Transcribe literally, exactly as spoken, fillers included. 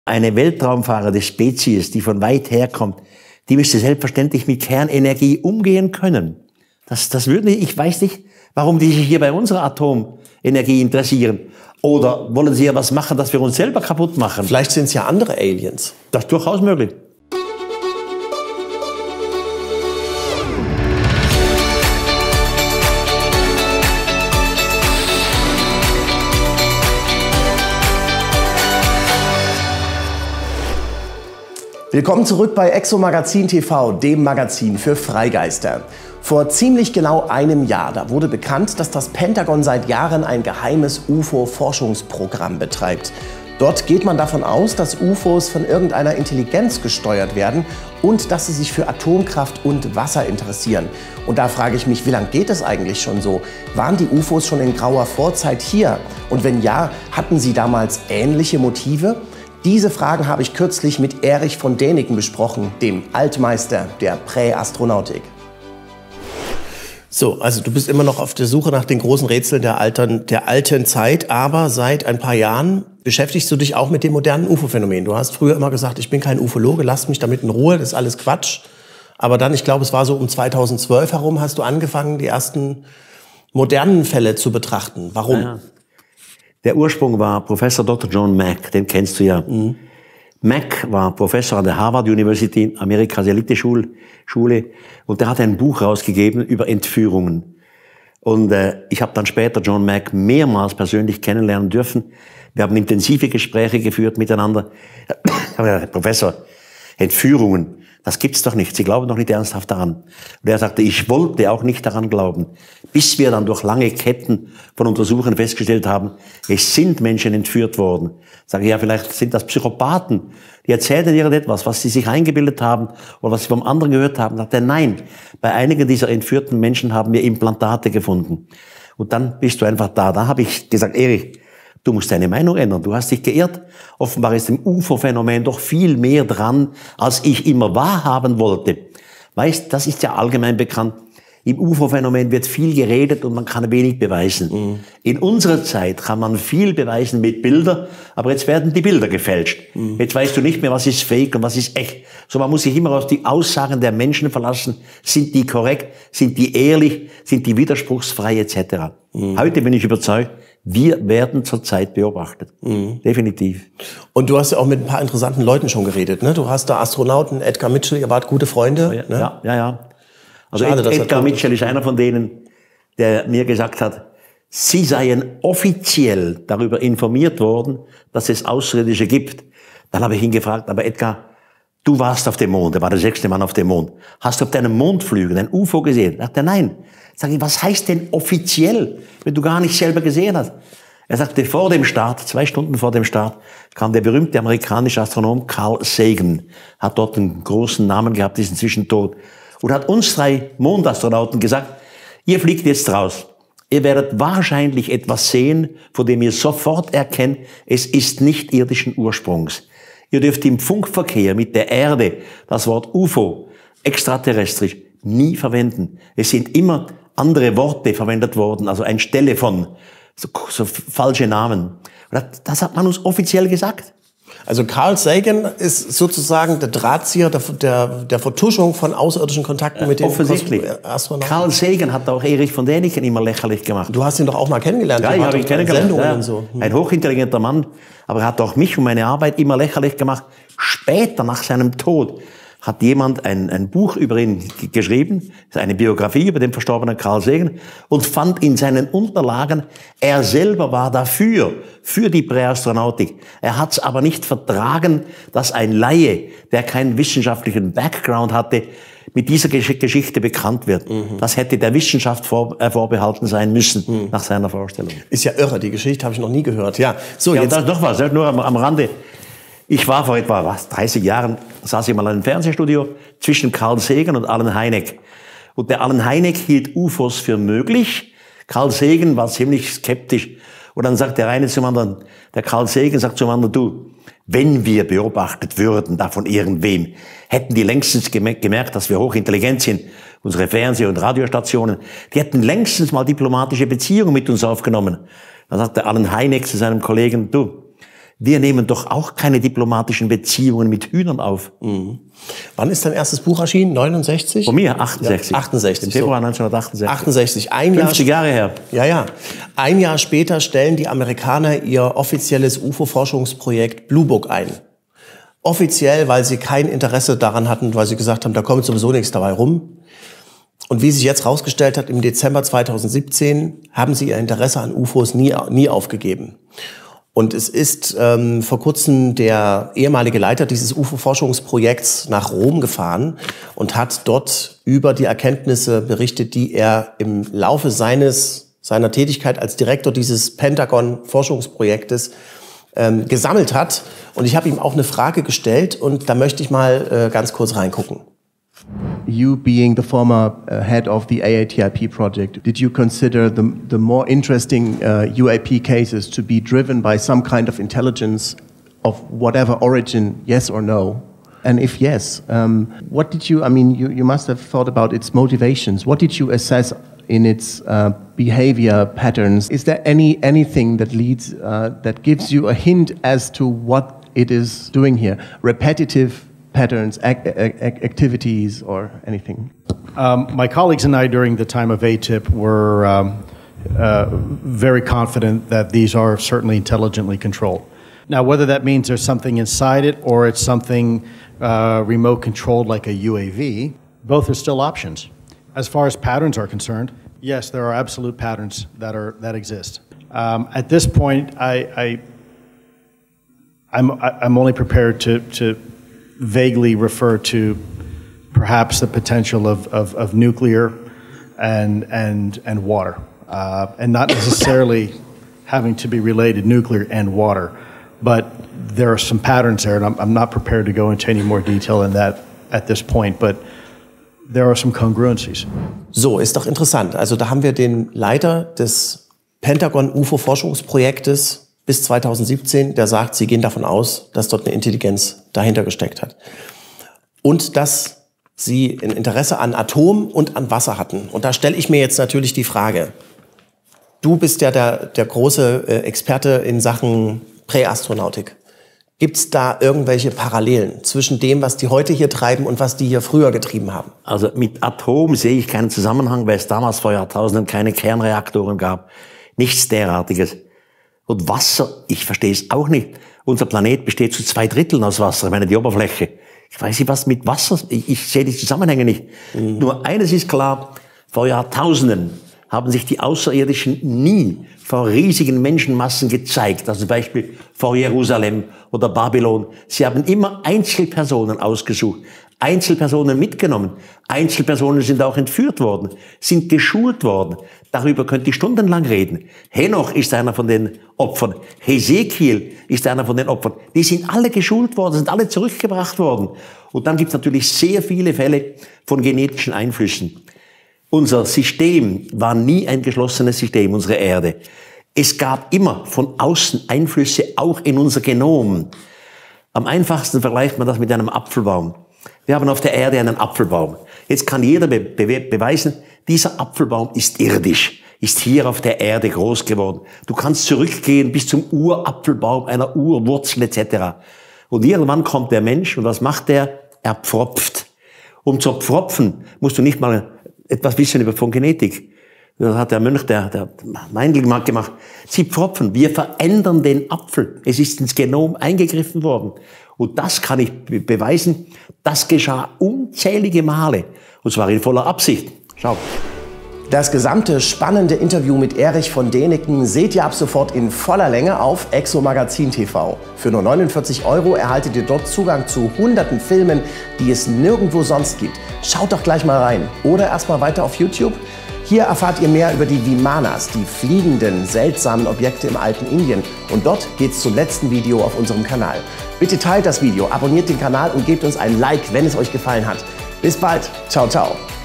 Eine weltraumfahrende Spezies, die von weit her kommt, die müsste selbstverständlich mit Kernenergie umgehen können. Das, das würden die, ich weiß nicht, warum die sich hier bei unserer Atomenergie interessieren. Oder wollen sie ja was machen, dass wir uns selber kaputt machen? Vielleicht sind es ja andere Aliens. Das ist durchaus möglich. Willkommen zurück bei Exomagazin T V, dem Magazin für Freigeister. Vor ziemlich genau einem Jahr, da wurde bekannt, dass das Pentagon seit Jahren ein geheimes U F O-Forschungsprogramm betreibt. Dort geht man davon aus, dass U F Os von irgendeiner Intelligenz gesteuert werden und dass sie sich für Atomkraft und Wasser interessieren. Und da frage ich mich, wie lange geht es eigentlich schon so? Waren die U F Os schon in grauer Vorzeit hier? Und wenn ja, hatten sie damals ähnliche Motive? Diese Fragen habe ich kürzlich mit Erich von Däniken besprochen, dem Altmeister der Präastronautik. So, also du bist immer noch auf der Suche nach den großen Rätseln der, Altern, der alten Zeit, aber seit ein paar Jahren beschäftigst du dich auch mit dem modernen U F O-Phänomen. Du hast früher immer gesagt, ich bin kein Ufologe, lasst mich damit in Ruhe, das ist alles Quatsch. Aber dann, ich glaube, es war so um zweitausendzwölf herum, hast du angefangen, die ersten modernen Fälle zu betrachten. Warum? Ja. Der Ursprung war Professor Doktor John Mack, den kennst du ja. Mhm. Mack war Professor an der Harvard University, Amerikas Elite-Schule, Schule, und der hat ein Buch rausgegeben über Entführungen. Und äh, ich habe dann später John Mack mehrmals persönlich kennenlernen dürfen. Wir haben intensive Gespräche geführt miteinander. Ich habe gesagt, Professor, Entführungen, das gibt's doch nicht. Sie glauben doch nicht ernsthaft daran. Und er sagte, ich wollte auch nicht daran glauben, bis wir dann durch lange Ketten von Untersuchungen festgestellt haben, es sind Menschen entführt worden. Sage ich, ja, vielleicht sind das Psychopathen, die erzählen irgendetwas, was sie sich eingebildet haben oder was sie vom anderen gehört haben. Sagt er, nein, bei einigen dieser entführten Menschen haben wir Implantate gefunden. Und dann bist du einfach da. Da habe ich gesagt, Erich, du musst deine Meinung ändern. Du hast dich geirrt. Offenbar ist im U F O-Phänomen doch viel mehr dran, als ich immer wahrhaben wollte. Weißt, das ist ja allgemein bekannt. Im U F O-Phänomen wird viel geredet und man kann wenig beweisen. Mhm. In unserer Zeit kann man viel beweisen mit Bildern, aber jetzt werden die Bilder gefälscht. Mhm. Jetzt weißt du nicht mehr, was ist fake und was ist echt. So, man muss sich immer auf die Aussagen der Menschen verlassen. Sind die korrekt? Sind die ehrlich? Sind die widerspruchsfrei et cetera. Mhm. Heute bin ich überzeugt, wir werden zurzeit beobachtet. Mhm. Definitiv. Und du hast ja auch mit ein paar interessanten Leuten schon geredet, ne? Du hast da Astronauten, Edgar Mitchell, ihr wart gute Freunde. Ja, ne? ja, ja, ja. Also Schade, Ed, Edgar Mitchell ist einer von denen, der mir gesagt hat, sie seien offiziell darüber informiert worden, dass es Außerirdische gibt. Dann habe ich ihn gefragt, aber Edgar, du warst auf dem Mond, er war der sechste Mann auf dem Mond. Hast du auf deinen Mondflügen ein U F O gesehen? Er sagte, nein. Sag ich, was heißt denn offiziell, wenn du gar nicht selber gesehen hast? Er sagte, vor dem Start, zwei Stunden vor dem Start, kam der berühmte amerikanische Astronom Carl Sagan, hat dort einen großen Namen gehabt, ist inzwischen tot, und hat uns drei Mondastronauten gesagt, ihr fliegt jetzt raus. Ihr werdet wahrscheinlich etwas sehen, von dem ihr sofort erkennt, es ist nicht irdischen Ursprungs. Ihr dürft im Funkverkehr mit der Erde das Wort U F O, extraterrestrisch, nie verwenden. Es sind immer andere Worte verwendet worden, also anstelle von so, so falsche Namen. Das, das hat man uns offiziell gesagt. Also Carl Sagan ist sozusagen der Drahtzieher der, der, der Vertuschung von außerirdischen Kontakten mit den Offensichtlich. Astronauten. Carl Sagan hat auch Erich von Däniken immer lächerlich gemacht. Du hast ihn doch auch mal kennengelernt. Ja, ich habe ihn kennengelernt. Ja. Und so. Hm. Ein hochintelligenter Mann, aber er hat auch mich und meine Arbeit immer lächerlich gemacht. Später, nach seinem Tod, hat jemand ein, ein Buch über ihn geschrieben, eine Biografie über den verstorbenen Carl Sagan, und fand in seinen Unterlagen, er selber war dafür, für die Präastronautik. Er hat es aber nicht vertragen, dass ein Laie, der keinen wissenschaftlichen Background hatte, mit dieser Gesch Geschichte bekannt wird. Mhm. Das hätte der Wissenschaft vor, äh, vorbehalten sein müssen, mhm. nach seiner Vorstellung. Ist ja irre, die Geschichte habe ich noch nie gehört. Ja, so, ja, jetzt da, noch was, nur am, am Rande. Ich war vor etwa was, dreißig Jahren, saß ich mal in einem Fernsehstudio zwischen Carl Sagan und Allen Hynek. Und der Allen Hynek hielt U F Os für möglich. Carl Sagan war ziemlich skeptisch. Und dann sagt der eine zum anderen, der Carl Sagan sagt zum anderen, du, wenn wir beobachtet würden, da von irgendwem, hätten die längstens gemerkt, dass wir hochintelligent sind. Unsere Fernseh- und Radiostationen, die hätten längstens mal diplomatische Beziehungen mit uns aufgenommen. Dann sagt der Allen Hynek zu seinem Kollegen, du, Wir nehmen doch auch keine diplomatischen Beziehungen mit Hühnern auf. Mhm. Wann ist dein erstes Buch erschienen? neunundsechzig? Von mir? achtundsechzig. Ja, achtundsechzig. Im Februar neunzehnhundertachtundsechzig. achtundsechzig. Ein fünfzig Jahr, Jahre her. Ja, ja. Ein Jahr später stellen die Amerikaner ihr offizielles U F O-Forschungsprojekt Blue Book ein. Offiziell, weil sie kein Interesse daran hatten, weil sie gesagt haben, da kommt sowieso nichts dabei rum. Und wie sich jetzt rausgestellt hat, im Dezember zweitausendsiebzehn haben sie ihr Interesse an U F Os nie, nie aufgegeben. Und es ist ähm, vor kurzem der ehemalige Leiter dieses U F O-Forschungsprojekts nach Rom gefahren und hat dort über die Erkenntnisse berichtet, die er im Laufe seines, seiner Tätigkeit als Direktor dieses Pentagon-Forschungsprojektes ähm, gesammelt hat. Und ich habe ihm auch eine Frage gestellt und da möchte ich mal äh, ganz kurz reingucken. You being the former uh, head of the A A T I P project, did you consider the, the more interesting uh, U A P cases to be driven by some kind of intelligence of whatever origin, yes or no? And if yes, um, what did you, I mean, you, you must have thought about its motivations. What did you assess in its uh, behavior patterns? Is there any anything that leads, uh, that gives you a hint as to what it is doing here? Repetitive patterns, act, act, activities, or anything? Um, my colleagues and I, during the time of A T I P, were um, uh, very confident that these are certainly intelligently controlled. Now, whether that means there's something inside it or it's something uh, remote controlled like a U A V, both are still options. As far as patterns are concerned, yes, there are absolute patterns that are that exist. Um, at this point, I, I I'm I'm only prepared to to vaguely refer to perhaps the potential of, of, of nuclear and, and, and water, uh, and not necessarily having to be related, nuclear and water, but there are some patterns there, and I'm, I'm not prepared to go into any more detail in that at this point, but there are some congruencies. So, ist doch interessant. Also da haben wir den Leiter des Pentagon-U F O-Forschungsprojektes bis zweitausendsiebzehn, der sagt, sie gehen davon aus, dass dort eine Intelligenz dahinter gesteckt hat. Und dass sie ein Interesse an Atom und an Wasser hatten. Und da stelle ich mir jetzt natürlich die Frage, du bist ja der, der große Experte in Sachen Präastronautik. Gibt es da irgendwelche Parallelen zwischen dem, was die heute hier treiben und was die hier früher getrieben haben? Also mit Atom sehe ich keinen Zusammenhang, weil es damals vor Jahrtausenden keine Kernreaktoren gab. Nichts derartiges. Und Wasser, ich verstehe es auch nicht. Unser Planet besteht zu zwei Dritteln aus Wasser, ich meine die Oberfläche. Ich weiß nicht, was mit Wasser, ich, ich sehe die Zusammenhänge nicht. Mhm. Nur eines ist klar, vor Jahrtausenden haben sich die Außerirdischen nie vor riesigen Menschenmassen gezeigt. Also zum Beispiel vor Jerusalem oder Babylon. Sie haben immer Einzelpersonen ausgesucht, Einzelpersonen mitgenommen. Einzelpersonen sind auch entführt worden, sind geschult worden. Darüber könnte ich stundenlang reden. Henoch ist einer von den Opfern. Hesekiel ist einer von den Opfern. Die sind alle geschult worden, sind alle zurückgebracht worden. Und dann gibt es natürlich sehr viele Fälle von genetischen Einflüssen. Unser System war nie ein geschlossenes System, unsere Erde. Es gab immer von außen Einflüsse, auch in unser Genom. Am einfachsten vergleicht man das mit einem Apfelbaum. Wir haben auf der Erde einen Apfelbaum. Jetzt kann jeder be be beweisen, dieser Apfelbaum ist irdisch, ist hier auf der Erde groß geworden. Du kannst zurückgehen bis zum Urapfelbaum, einer Urwurzel et cetera. Und irgendwann kommt der Mensch und was macht der? Er pfropft. Um zu pfropfen musst du nicht mal etwas wissen über von Genetik. Das hat der Mönch, der, der Meindl gemacht. Sie pfropfen. Wir verändern den Apfel. Es ist ins Genom eingegriffen worden. Und das kann ich be beweisen. Das geschah unzählige Male. Und zwar in voller Absicht. Schau. Das gesamte spannende Interview mit Erich von Däniken seht ihr ab sofort in voller Länge auf Exomagazin T V. Für nur neunundvierzig Euro erhaltet ihr dort Zugang zu hunderten Filmen, die es nirgendwo sonst gibt. Schaut doch gleich mal rein. Oder erstmal weiter auf YouTube. Hier erfahrt ihr mehr über die Vimanas, die fliegenden, seltsamen Objekte im alten Indien. Und dort geht's zum letzten Video auf unserem Kanal. Bitte teilt das Video, abonniert den Kanal und gebt uns ein Like, wenn es euch gefallen hat. Bis bald. Ciao, ciao.